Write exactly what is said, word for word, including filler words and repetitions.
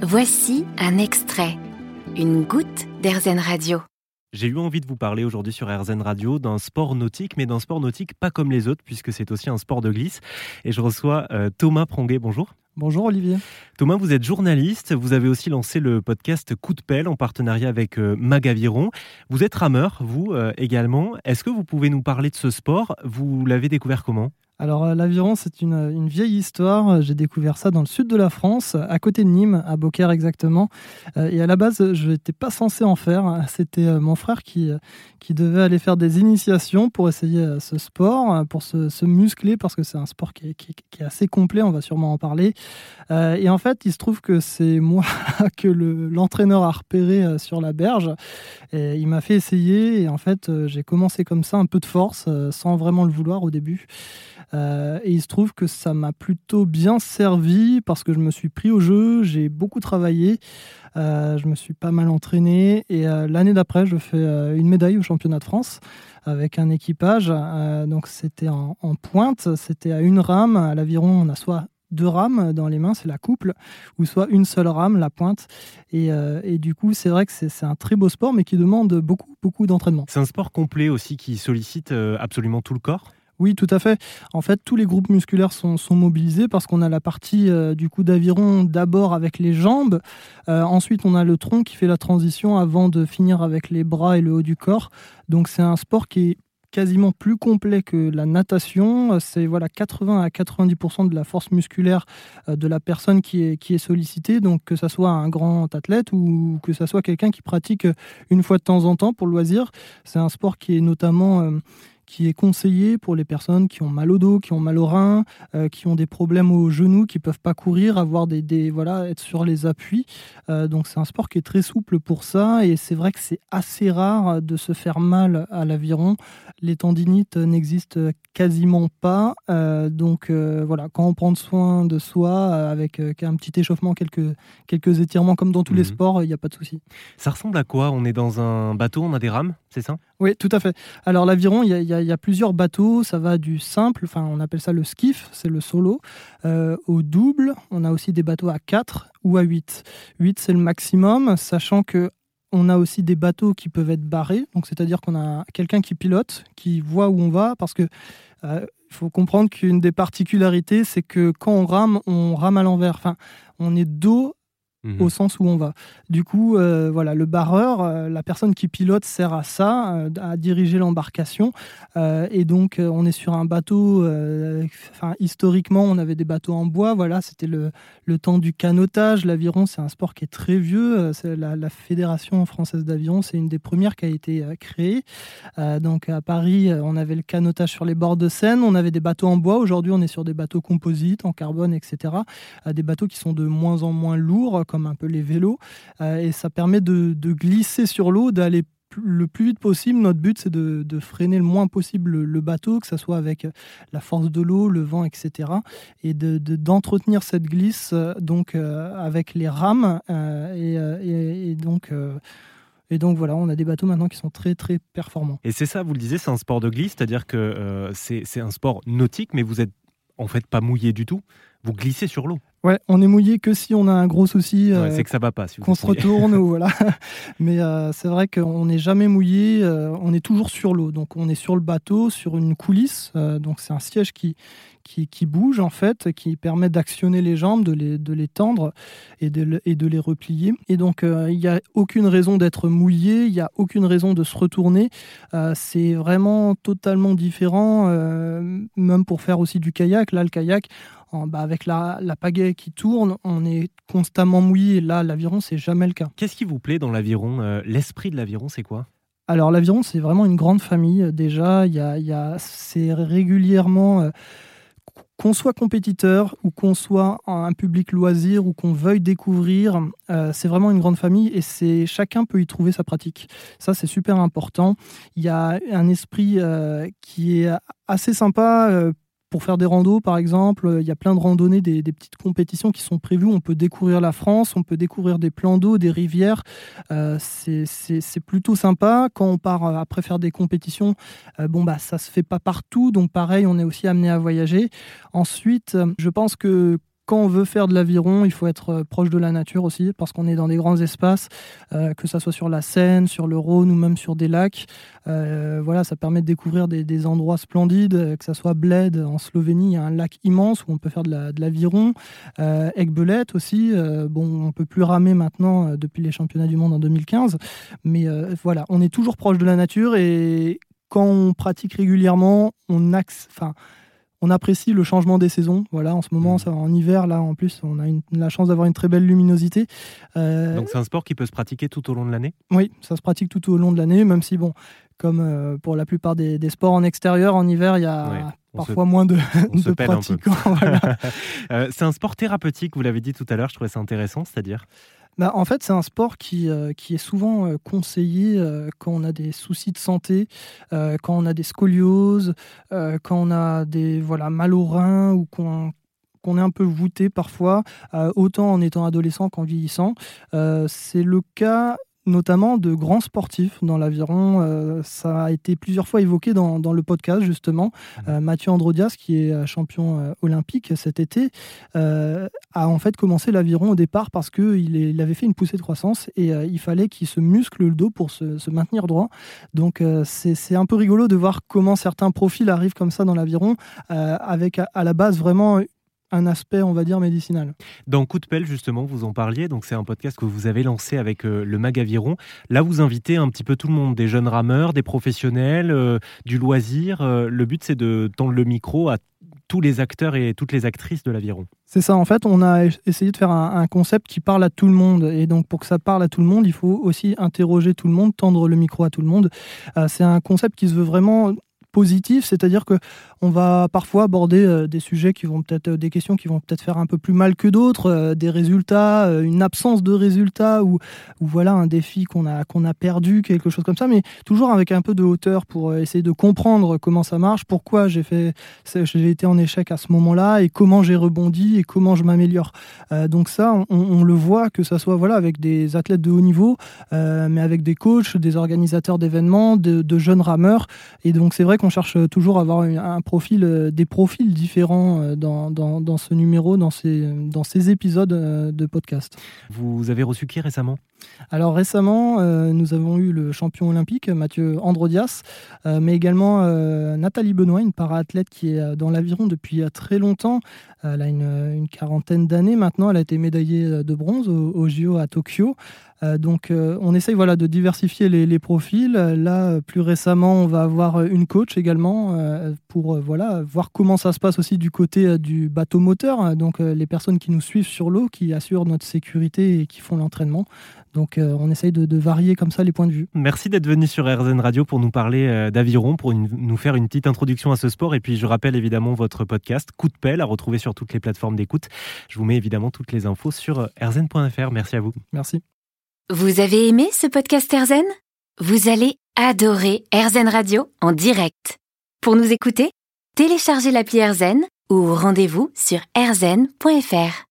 Voici un extrait, une goutte d'Airzen Radio. J'ai eu envie de vous parler aujourd'hui sur Airzen Radio d'un sport nautique, mais d'un sport nautique pas comme les autres, puisque c'est aussi un sport de glisse. Et je reçois euh, Thomas Pronguet, bonjour. Bonjour Olivier. Thomas, vous êtes journaliste, vous avez aussi lancé le podcast Coup de pelle en partenariat avec euh, Magaviron. Vous êtes rameur, vous euh, également. Est-ce que vous pouvez nous parler de ce sport ? Vous l'avez découvert comment ? Alors euh, l'aviron, c'est une, une vieille histoire. J'ai découvert ça dans le sud de la France, à côté de Nîmes, à Beaucaire exactement. Euh, et à la base, je n'étais pas censé en faire. C'était euh, mon frère qui, qui devait aller faire des initiations pour essayer euh, ce sport, pour se, se muscler, parce que c'est un sport qui est, qui, qui est assez complet, on va sûrement en parler. Euh, et en fait, il se trouve que c'est moi que le, l'entraîneur a repéré euh, sur la berge. Et il m'a fait essayer et en fait, euh, j'ai commencé comme ça, un peu de force, euh, sans vraiment le vouloir au début. Euh, et il se trouve que ça m'a plutôt bien servi parce que je me suis pris au jeu, j'ai beaucoup travaillé, euh, je me suis pas mal entraîné et euh, l'année d'après, je fais euh, une médaille au championnat de France avec un équipage. Euh, donc c'était en, en pointe, c'était à une rame. À l'aviron, on a soit deux rames dans les mains, c'est la couple, ou soit une seule rame, la pointe. Et, euh, et du coup, c'est vrai que c'est, c'est un très beau sport, mais qui demande beaucoup, beaucoup d'entraînement. C'est un sport complet aussi qui sollicite euh, absolument tout le corps ? Oui, tout à fait. En fait, tous les groupes musculaires sont, sont mobilisés parce qu'on a la partie euh, du coup d'aviron d'abord avec les jambes. Euh, ensuite, on a le tronc qui fait la transition avant de finir avec les bras et le haut du corps. Donc, c'est un sport qui est quasiment plus complet que la natation. C'est voilà, quatre-vingts à quatre-vingt-dix pour cent de la force musculaire euh, de la personne qui est, qui est sollicitée. Donc, que ça soit un grand athlète ou que ça soit quelqu'un qui pratique une fois de temps en temps pour le loisir. C'est un sport qui est notamment... Euh, qui est conseillé pour les personnes qui ont mal au dos, qui ont mal aux reins, euh, qui ont des problèmes aux genoux, qui ne peuvent pas courir, avoir des, des, voilà, être sur les appuis. Euh, donc c'est un sport qui est très souple pour ça et c'est vrai que c'est assez rare de se faire mal à l'aviron. Les tendinites n'existent quasiment pas. Euh, donc euh, voilà, quand on prend soin de soi avec euh, un petit échauffement, quelques, quelques étirements comme dans tous mmh. les sports, il n'y a pas de souci. Ça ressemble à quoi ? On est dans un bateau, on a des rames, c'est ça ? Oui, tout à fait. Alors l'aviron, il y a, y a, y a plusieurs bateaux. Ça va du simple, enfin on appelle ça le skiff, c'est le solo, euh, au double. On a aussi des bateaux à quatre ou à huit. huit, c'est le maximum, sachant que on a aussi des bateaux qui peuvent être barrés. Donc c'est-à-dire qu'on a quelqu'un qui pilote, qui voit où on va, parce que euh, faut comprendre qu'une des particularités, c'est que quand on rame, on rame à l'envers. Enfin, on est dos au sens où on va. Du coup, euh, voilà, le barreur, euh, la personne qui pilote sert à ça, euh, à diriger l'embarcation. Euh, et donc, euh, on est sur un bateau, euh, historiquement, on avait des bateaux en bois. Voilà, c'était le, le temps du canotage. L'aviron, c'est un sport qui est très vieux. Euh, c'est la, la Fédération française d'aviron, c'est une des premières qui a été euh, créée. Euh, donc, à Paris, euh, on avait le canotage sur les bords de Seine. On avait des bateaux en bois. Aujourd'hui, on est sur des bateaux composites, en carbone, et cetera. Euh, des bateaux qui sont de moins en moins lourds, comme un peu les vélos, euh, et ça permet de, de glisser sur l'eau, d'aller p- le plus vite possible. Notre but, c'est de, de freiner le moins possible le, le bateau, que ce soit avec la force de l'eau, le vent, et cetera, et de, de, d'entretenir cette glisse euh, donc, euh, avec les rames, euh, et, euh, et, et donc... Euh, Et donc voilà, on a des bateaux maintenant qui sont très très performants. Et c'est ça, vous le disiez, c'est un sport de glisse, c'est-à-dire que euh, c'est, c'est un sport nautique, mais vous êtes en fait pas mouillé du tout. Vous glissez sur l'eau. Ouais, on est mouillé que si on a un gros souci, euh, ouais, c'est que ça va pas, si vous qu'on se retourne ou voilà. Mais euh, c'est vrai qu'on n'est jamais mouillé, euh, on est toujours sur l'eau. Donc on est sur le bateau, sur une coulisse. Euh, donc c'est un siège qui qui, qui bouge en fait, qui permet d'actionner les jambes, de les de les tendre et de et de les replier. Et donc euh, il y a aucune raison d'être mouillé, il y a aucune raison de se retourner. Euh, c'est vraiment totalement différent, euh, même pour faire aussi du kayak. Là, le kayak. Bah avec la, la pagaie qui tourne, on est constamment mouillé. Là, l'aviron, c'est jamais le cas. Qu'est-ce qui vous plaît dans l'aviron ? euh, L'esprit de l'aviron, c'est quoi ? Alors, l'aviron, c'est vraiment une grande famille. Déjà, y a, y a, c'est régulièrement... Euh, qu'on soit compétiteur ou qu'on soit un public loisir ou qu'on veuille découvrir, euh, c'est vraiment une grande famille et c'est, chacun peut y trouver sa pratique. Ça, c'est super important. Il y a un esprit euh, qui est assez sympa euh, pour faire des randos, par exemple. Il y a plein de randonnées, des, des petites compétitions qui sont prévues. On peut découvrir la France, on peut découvrir des plans d'eau, des rivières. Euh, c'est, c'est, c'est plutôt sympa. Quand on part euh, après faire des compétitions, euh, bon, bah, ça ne se fait pas partout. Donc pareil, on est aussi amené à voyager. Ensuite, je pense que quand on veut faire de l'aviron, il faut être proche de la nature aussi, parce qu'on est dans des grands espaces, euh, que ça soit sur la Seine, sur le Rhône ou même sur des lacs. Euh, voilà, ça permet de découvrir des, des endroits splendides, que ça soit Bled en Slovénie, il y a un lac immense où on peut faire de, la, de l'aviron. Euh, Aiguebelette aussi, euh, bon, on peut plus ramer maintenant euh, depuis les championnats du monde en deux mille quinze, mais euh, voilà, on est toujours proche de la nature et quand on pratique régulièrement, on axe, enfin. On apprécie le changement des saisons. Voilà, en ce moment, ça, en hiver, là, en plus, on a une, la chance d'avoir une très belle luminosité. Euh... Donc, c'est un sport qui peut se pratiquer tout au long de l'année ? Oui, ça se pratique tout au long de l'année, même si, bon, comme euh, pour la plupart des, des sports en extérieur, en hiver, il y a ouais, parfois se, moins de, de pratiquants. Voilà. euh, c'est un sport thérapeutique, vous l'avez dit tout à l'heure, je trouvais ça intéressant, c'est-à-dire ? Bah, en fait, c'est un sport qui, euh, qui est souvent euh, conseillé euh, quand on a des soucis de santé, euh, quand on a des scolioses, euh, quand on a des voilà, mal aux reins ou qu'on, qu'on est un peu voûté parfois, euh, autant en étant adolescent qu'en vieillissant. Euh, c'est le cas notamment de grands sportifs dans l'aviron. Euh, ça a été plusieurs fois évoqué dans, dans le podcast, justement. Euh, Mathieu Androdias, qui est champion euh, olympique cet été, euh, a en fait commencé l'aviron au départ parce qu'il il avait fait une poussée de croissance et euh, il fallait qu'il se muscle le dos pour se, se maintenir droit. Donc euh, c'est, c'est un peu rigolo de voir comment certains profils arrivent comme ça dans l'aviron, euh, avec à, à la base vraiment un aspect, on va dire, médicinal. Dans Coup de pelle, justement, vous en parliez, donc c'est un podcast que vous avez lancé avec euh, le Mag Aviron. Là, vous invitez un petit peu tout le monde, des jeunes rameurs, des professionnels, euh, du loisir. Euh, le but, c'est de tendre le micro à tous les acteurs et toutes les actrices de l'aviron. C'est ça, en fait, on a essayé de faire un, un concept qui parle à tout le monde. Et donc, pour que ça parle à tout le monde, il faut aussi interroger tout le monde, tendre le micro à tout le monde. Euh, c'est un concept qui se veut vraiment positif, c'est-à-dire que on va parfois aborder euh, des sujets qui vont peut-être, euh, des questions qui vont peut-être faire un peu plus mal que d'autres, euh, des résultats, euh, une absence de résultats ou, ou voilà un défi qu'on a qu'on a perdu, quelque chose comme ça, mais toujours avec un peu de hauteur pour euh, essayer de comprendre comment ça marche, pourquoi j'ai fait, j'ai été en échec à ce moment-là et comment j'ai rebondi et comment je m'améliore. Euh, donc ça, on, on le voit que ça soit voilà avec des athlètes de haut niveau, euh, mais avec des coachs, des organisateurs d'événements, de, de jeunes rameurs, et donc c'est vrai qu'on cherche toujours à avoir un profil, des profils différents dans, dans, dans ce numéro, dans ces, dans ces épisodes de podcast. Vous avez reçu qui récemment ? Alors récemment, euh, nous avons eu le champion olympique, Mathieu Androdias, euh, mais également euh, Nathalie Benoît, une para-athlète qui est dans l'aviron depuis très longtemps. Elle a une, une quarantaine d'années maintenant. Elle a été médaillée de bronze au, au J O à Tokyo. Euh, donc euh, on essaye voilà, de diversifier les, les profils. Là, plus récemment, on va avoir une coach également euh, pour euh, voilà, voir comment ça se passe aussi du côté euh, du bateau moteur. Donc euh, les personnes qui nous suivent sur l'eau, qui assurent notre sécurité et qui font l'entraînement. Donc euh, on essaye de, de varier comme ça les points de vue. Merci d'être venu sur R Z N Radio pour nous parler euh, d'aviron, pour une, nous faire une petite introduction à ce sport. Et puis je rappelle évidemment votre podcast Coup de pelle à retrouver sur toutes les plateformes d'écoute. Je vous mets évidemment toutes les infos sur r z n point f r. Merci à vous. Merci. Vous avez aimé ce podcast R Z N ? Vous allez adorer R Z N Radio en direct. Pour nous écouter, téléchargez l'appli R Z N ou rendez-vous sur r z n point f r.